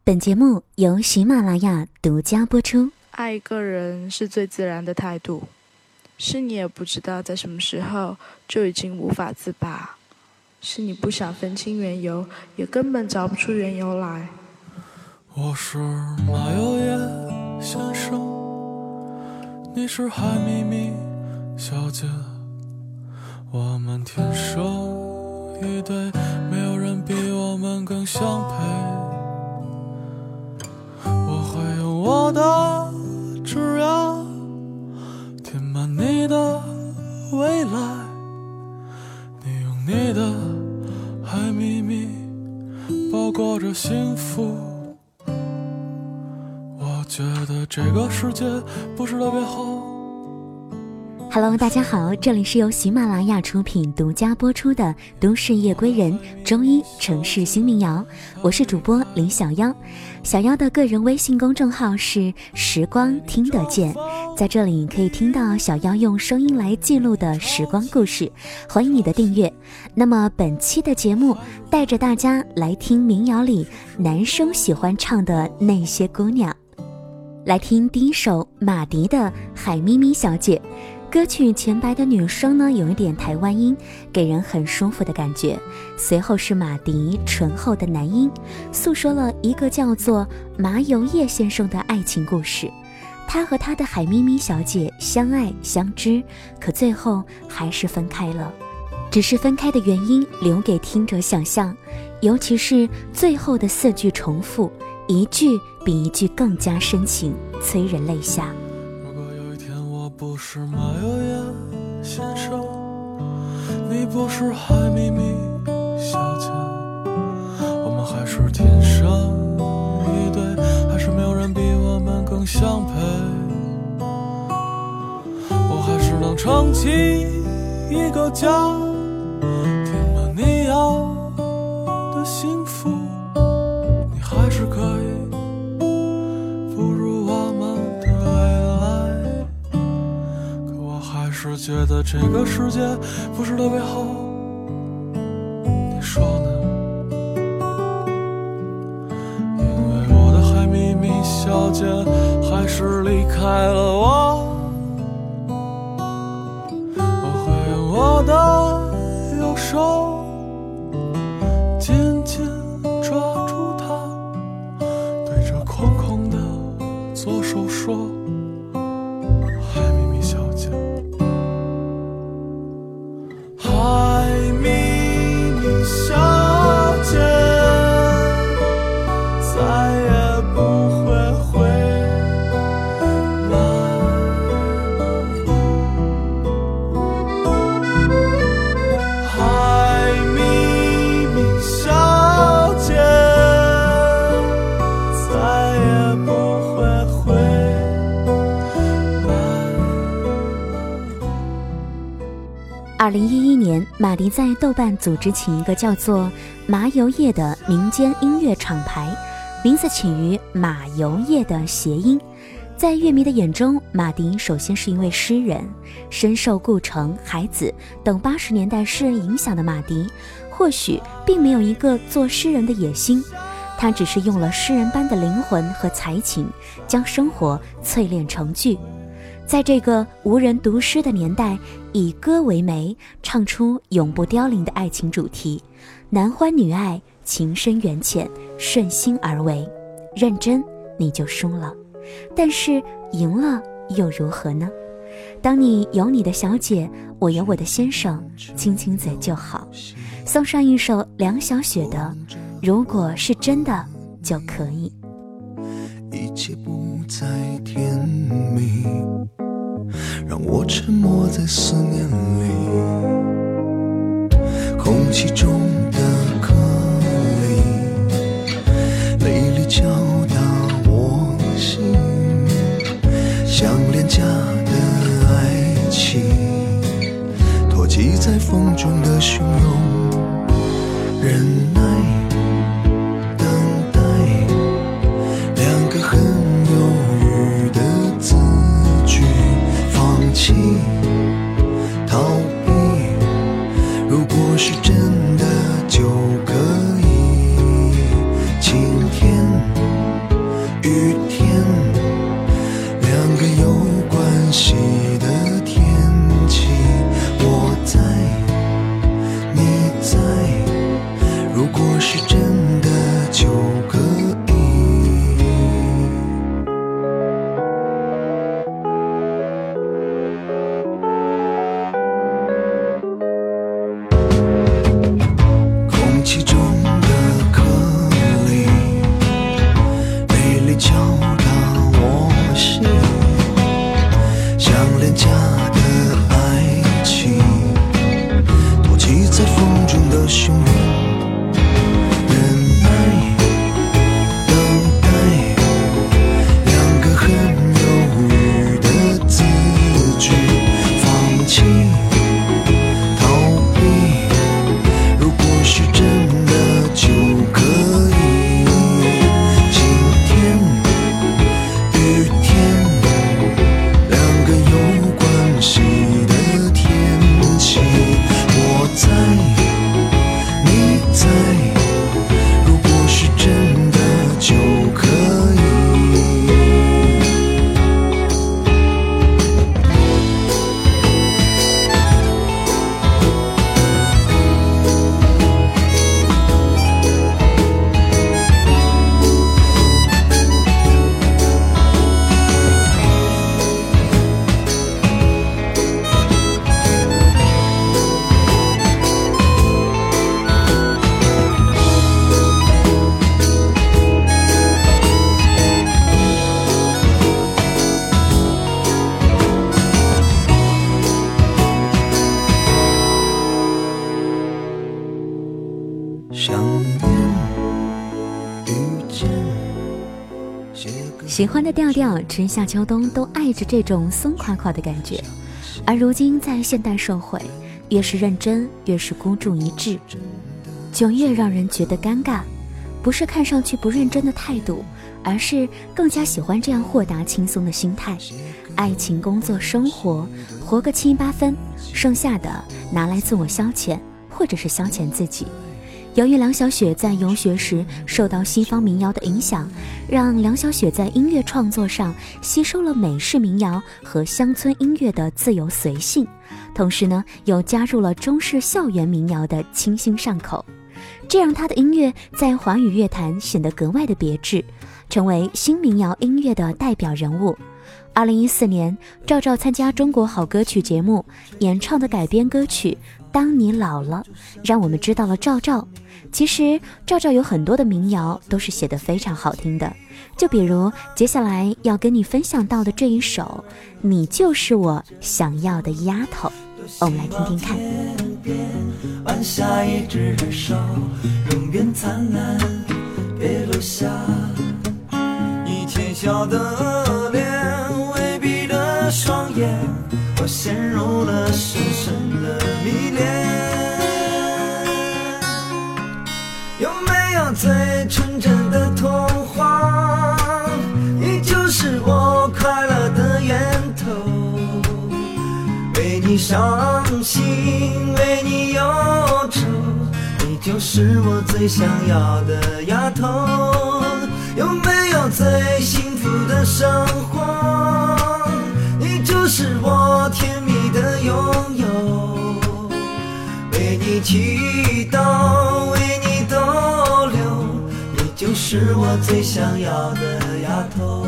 本节目由喜马拉雅独家播出。 爱一个人是最自然的态度，是你也不知道在什么时候就已经无法自拔，是你不想分清缘由，也根本找不出缘由来。 我是马友业先生，你是海咪咪小姐，我们天生一对，没有人比我们更相配。我会用我的枝桠填满你的未来，你用你的海咪咪包裹着幸福。我觉得这个世界不是特别好。 Hello， 大家好，这里是由喜马拉雅出品独家播出的《都市夜归人》周一城市新民谣，我是主播李小妖。小妖的个人微信公众号是时光听得见，在这里可以听到小妖用声音来记录的时光故事，欢迎你的订阅。那么本期的节目带着大家来听民谣里男生喜欢唱的那些姑娘，来听第一首马迪的《海咪咪小姐》。歌曲前白的女生呢，有一点台湾音，给人很舒服的感觉。随后是马迪醇厚的男音，诉说了一个叫做麻油叶先生的爱情故事。他和他的海咪咪小姐相爱相知，可最后还是分开了。只是分开的原因留给听者想象，尤其是最后的4句重复，一句比一句更加深情，催人泪下。 不是马友业先生，你不是海咪咪小姐，我们还是天生一对，还是没有人比我们更相配。我还是能撑起一个家，填满你要的幸福，你还是可以步入我们的未来。是觉得这个世界不是特别好，你说呢？因为我的海咪咪小姐还是离开了我，我会用我的右手紧紧抓住她，对着空空的左手说，海咪咪小姐， 2011年，马迪在豆瓣组织起一个叫做麻油叶的民间音乐厂牌，名字起于马油叶的谐音。在乐迷的眼中，马迪首先是一位诗人，深受顾城、海子等80年代诗人影响的马迪，或许并没有一个做诗人的野心，他只是用了诗人般的灵魂和才情，将生活淬炼成句。在这个无人读诗的年代，以歌为媒，唱出永不凋零的爱情主题，男欢女爱，情深缘浅，顺心而为，认真你就输了，但是赢了又如何呢？当你有你的小姐，我有我的先生，亲亲嘴就好。送上一首梁晓雪的《如果是真的就可以》。 一切不再甜蜜，让我沉默在思念里，空气中的颗粒，泪里敲打我心，像廉价的爱情，托起在风中的汹涌，忍耐等待，两个很犹豫的字句，放弃逃避，如果是真的就喜欢的调调，春夏秋冬都爱着这种松垮垮的感觉。而如今在现代社会，越是认真，越是孤注一掷，就越让人觉得尴尬。不是看上去不认真的态度，而是更加喜欢这样豁达轻松的心态。爱情、工作、生活，活个7、8分，剩下的拿来自我消遣，或者是消遣自己。由于梁晓雪在游学时受到西方民谣的影响，让梁晓雪在音乐创作上吸收了美式民谣和乡村音乐的自由随性，同时呢，又加入了中式校园民谣的清新上口，这让她的音乐在华语乐坛显得格外的别致，成为新民谣音乐的代表人物。2014年，赵照参加中国好歌曲节目，演唱的改编歌曲《当你老了》，让我们知道了赵照。其实赵照有很多的民谣都是写得非常好听的，就比如接下来要跟你分享到的这一首《你就是我想要的丫头》，我们来听听看。 弯下一只手，永远灿烂，别落下。你浅笑的脸，微闭的双眼，我陷入了深深的迷恋。有没有最纯真的童话？你就是我快乐的源头。为你伤心，为你忧愁，你就是我最想要的丫头。有没有最幸福的生活？你就是我甜蜜的拥有。为你祈祷，为你逗留，你就是我最想要的丫头。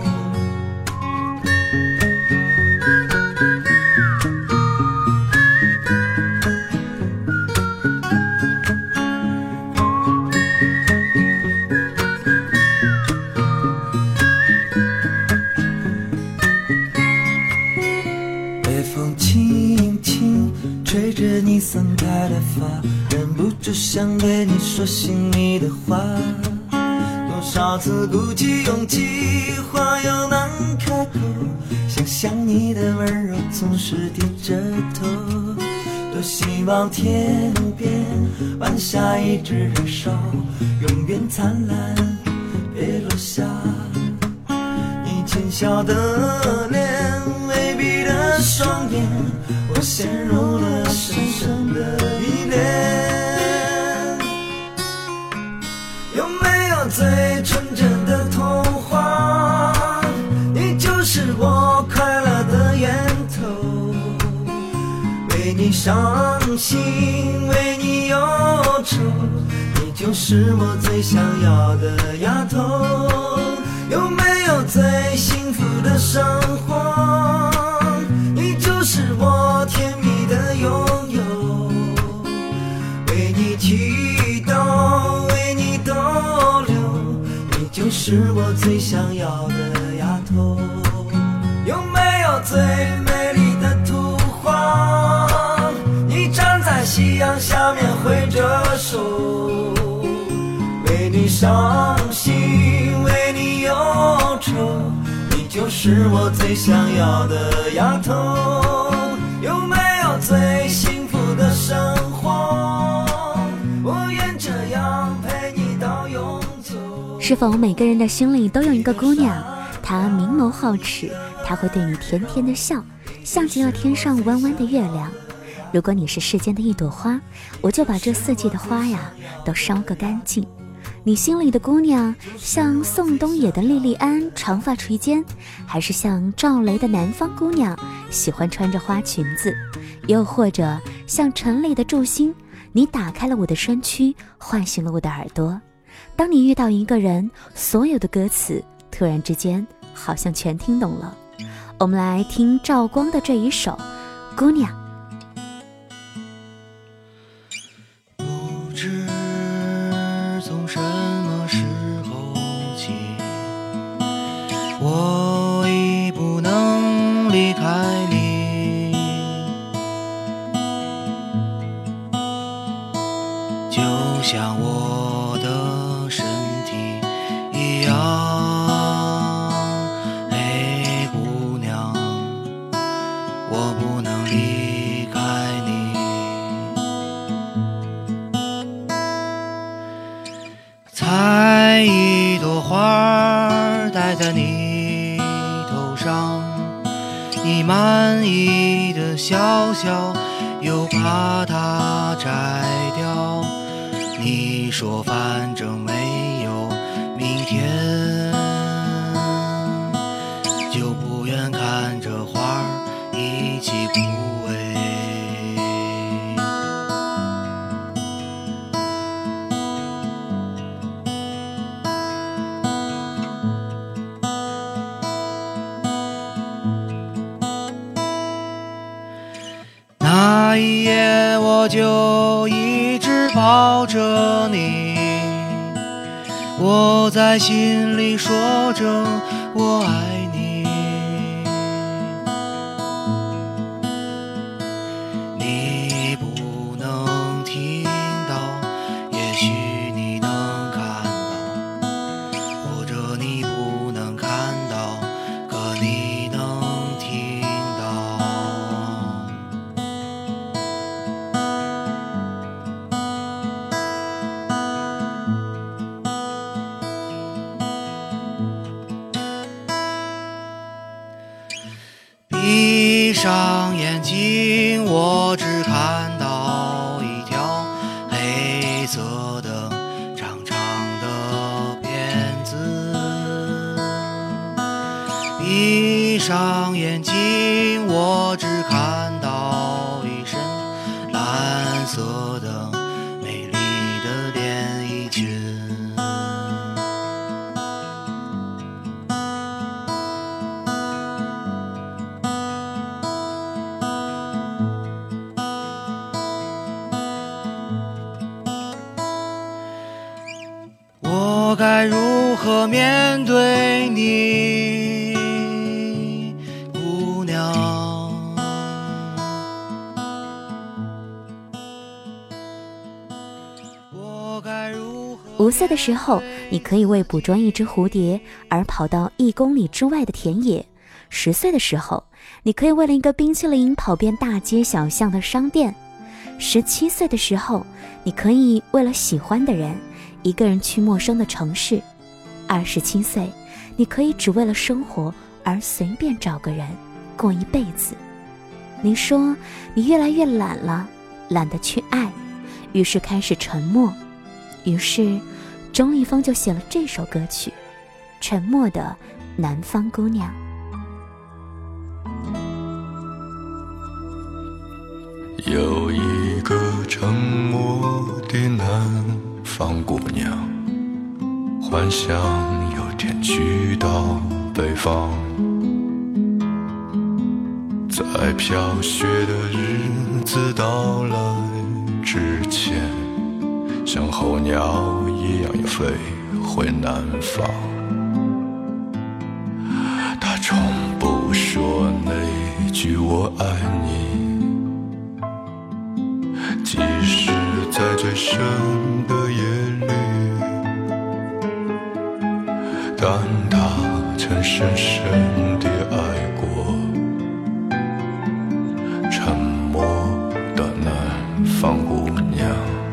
吹着你散开的发，忍不住想对你说心里的话。多少次鼓起勇气，话又难开口，想象你的温柔总是低着头。多希望天边弯下一只手，永远灿烂，别落下。你浅笑的脸，微闭的双眼，我陷入了深深的迷恋。有没有最纯真的童话？你就是我快乐的源头。为你伤心，为你忧愁，你就是我最想要的丫头。有没有最幸福的生活？你就是我甜蜜的拥有。为你祈祷，为你逗留，你就是我最想要的丫头。有没有最美丽的图画？你站在夕阳下面挥着手。为你伤心，为你忧愁，你就是我最想要的丫头。有没有最幸福的生活？我愿这样陪你到永久。 是否每个人的心里都有一个姑娘，她明眸皓齿，她会对你甜甜的笑，像极了天上弯弯的月亮。如果你是世间的一朵花，我就把这4季的花呀都烧个干净。你心里的姑娘，像宋冬野的莉莉安长发垂肩，还是像赵雷的南方姑娘喜欢穿着花裙子，又或者像陈蕾的祝星，你打开了我的身躯，唤醒了我的耳朵。当你遇到一个人，所有的歌词突然之间好像全听懂了。我们来听赵光的这一首《姑娘》。 不知从什么时候起，我已不能离开你，就像我的身体一样， 花戴在你头上，你满意的笑笑，又怕它摘掉。你说反正没有明天，就不愿看着花儿一起枯萎。那一夜我就一直抱着你，我在心里说着我爱你。你不能听到，也许你能看到，或者你不能看到，可你能听到。闭上眼睛，我只看到一条黑色的长长的辫子。闭上眼睛，我只看到一身蓝色的美丽的连衣裙。我该如何面对你，姑娘？我该如何？ 5岁的时候，你可以为捕捉一只蝴蝶而跑到1公里之外的田野；10岁的时候，你可以为了一个冰淇淋跑遍大街小巷的商店；17岁的时候，你可以为了喜欢的人一个人去陌生的城市；27岁，你可以只为了生活而随便找个人过一辈子。你说你越来越懒了，懒得去爱，于是开始沉默。于是钟立风就写了这首歌曲《沉默的南方姑娘》。 有一个沉默的南方姑娘，幻想有天去到北方，在飘雪的日子到来之前，像候鸟一样要飞回南方。她从不说那句我爱你，即使在最深的夜里，但他曾深深地爱过沉默的南方姑娘。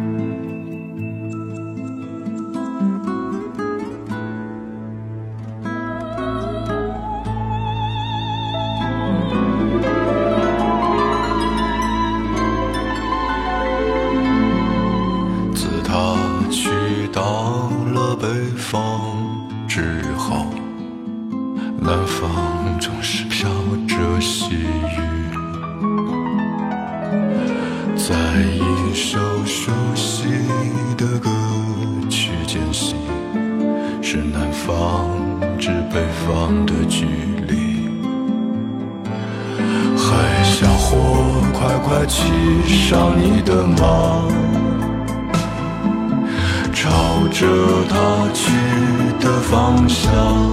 之后，南方总是飘着细雨，在一首熟悉的歌曲间隙，是南方至北方的距离。嗨，小伙，快快骑上你的马，朝着他去的方向，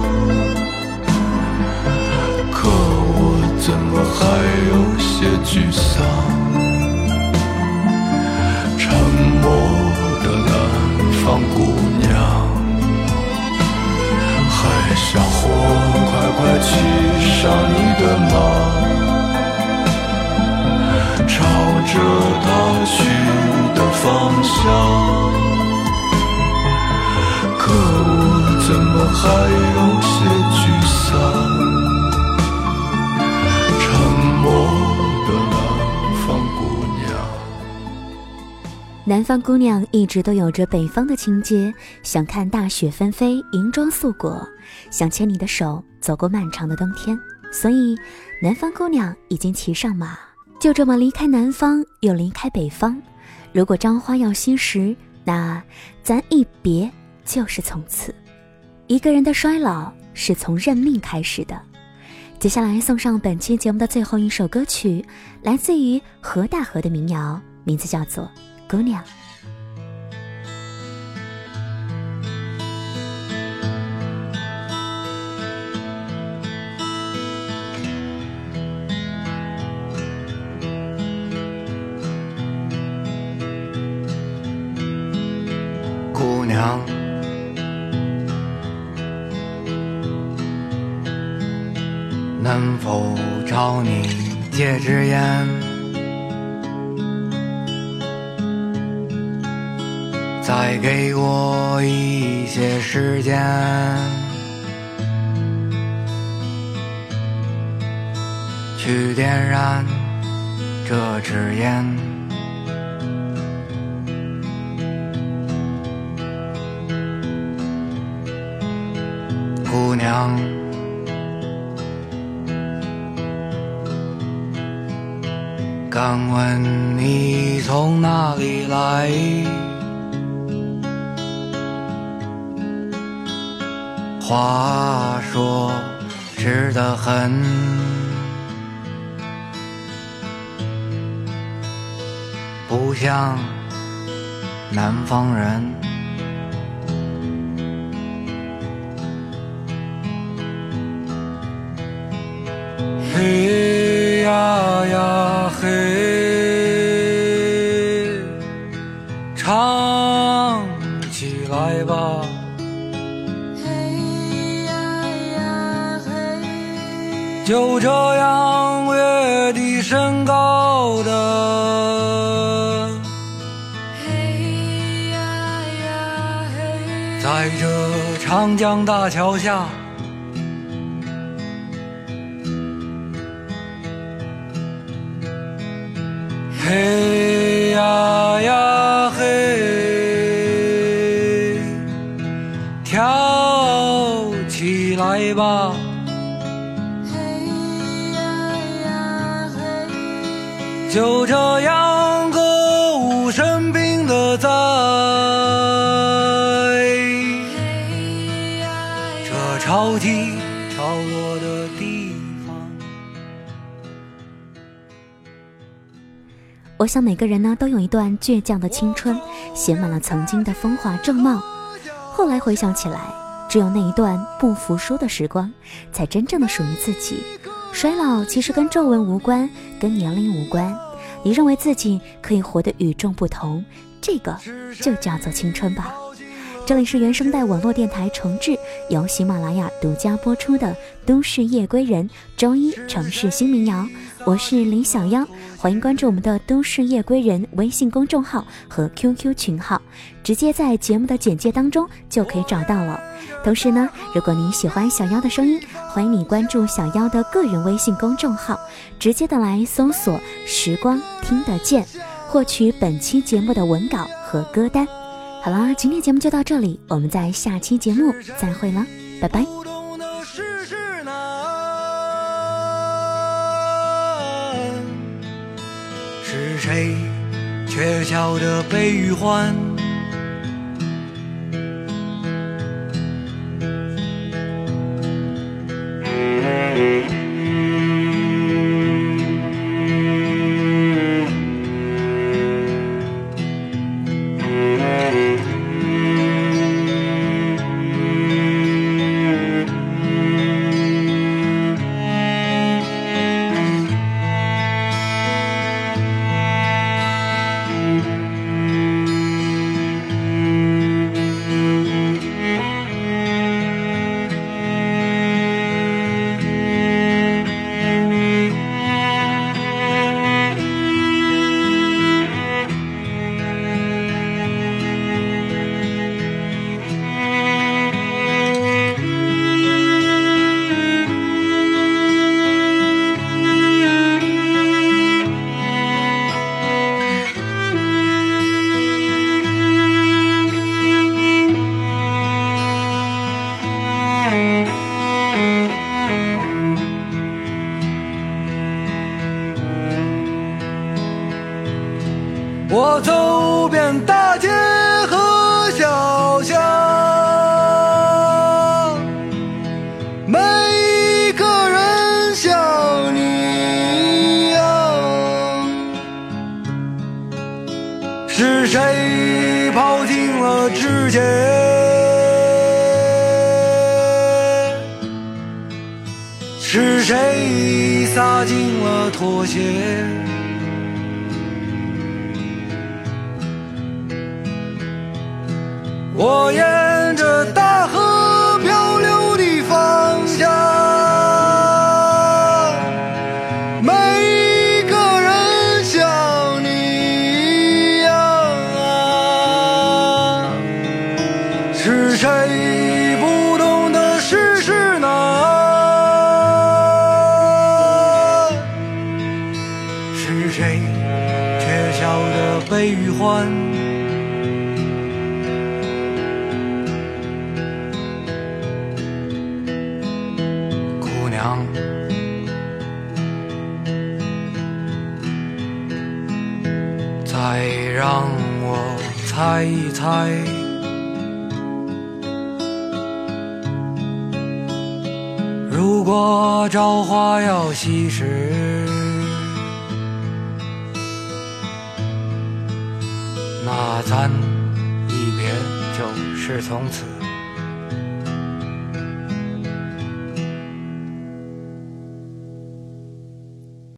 可我怎么还有些沮丧？沉默的南方姑娘，嗨，小伙，快快骑上你的马，朝着他去的方向，可我怎么还有些沮丧？沉默的南方姑娘。 南方姑娘一直都有着北方的情节，想看大雪纷飞，银装素裹，想牵你的手，走过漫长的冬天。所以南方姑娘已经骑上马，就这么离开南方，又离开北方。如果朝花要惜时，那咱一别就是从此。一个人的衰老是从认命开始的。接下来送上本期节目的最后一首歌曲，来自于何大河的民谣，名字叫做《姑娘》。 姑娘，能否找你借支烟？再给我一些时间，去点燃这支烟。姑娘，敢问你从哪里来？话说直得很，不像南方人。嘿呀呀嘿，唱起来吧。就这样越地升高的，在这长江大桥下，嘿呀呀嘿，跳起来吧。就这样歌舞升平的在这潮起潮落的地方。 我想每个人呢都有一段倔强的青春，写满了曾经的风华正茂。后来回想起来，只有那一段不服输的时光，才真正的属于自己。衰老其实跟皱纹无关，跟年龄无关。你认为自己可以活得与众不同，这个就叫做青春吧。这里是原声带网络电台重制，由喜马拉雅独家播出的都市夜归人周一城市新民谣，我是李小妖，欢迎关注我们的都市夜归人微信公众号和 QQ 群号，直接在节目的简介当中就可以找到了。同时呢，如果你喜欢小妖的声音，欢迎你关注小妖的个人微信公众号，直接的来搜索时光听得见，获取本期节目的文稿和歌单。好啦，今天节目就到这里，我们在下期节目再会了，拜拜。 是谁却晓得悲与欢？ 界，是谁洒尽了妥协？我沿着大河漂流的方向，每一个人像你一样啊，是谁不懂得世事难？是谁却晓得悲与欢？姑娘，再让我猜一猜，如果朝花要稀释，那咱一别就是从此。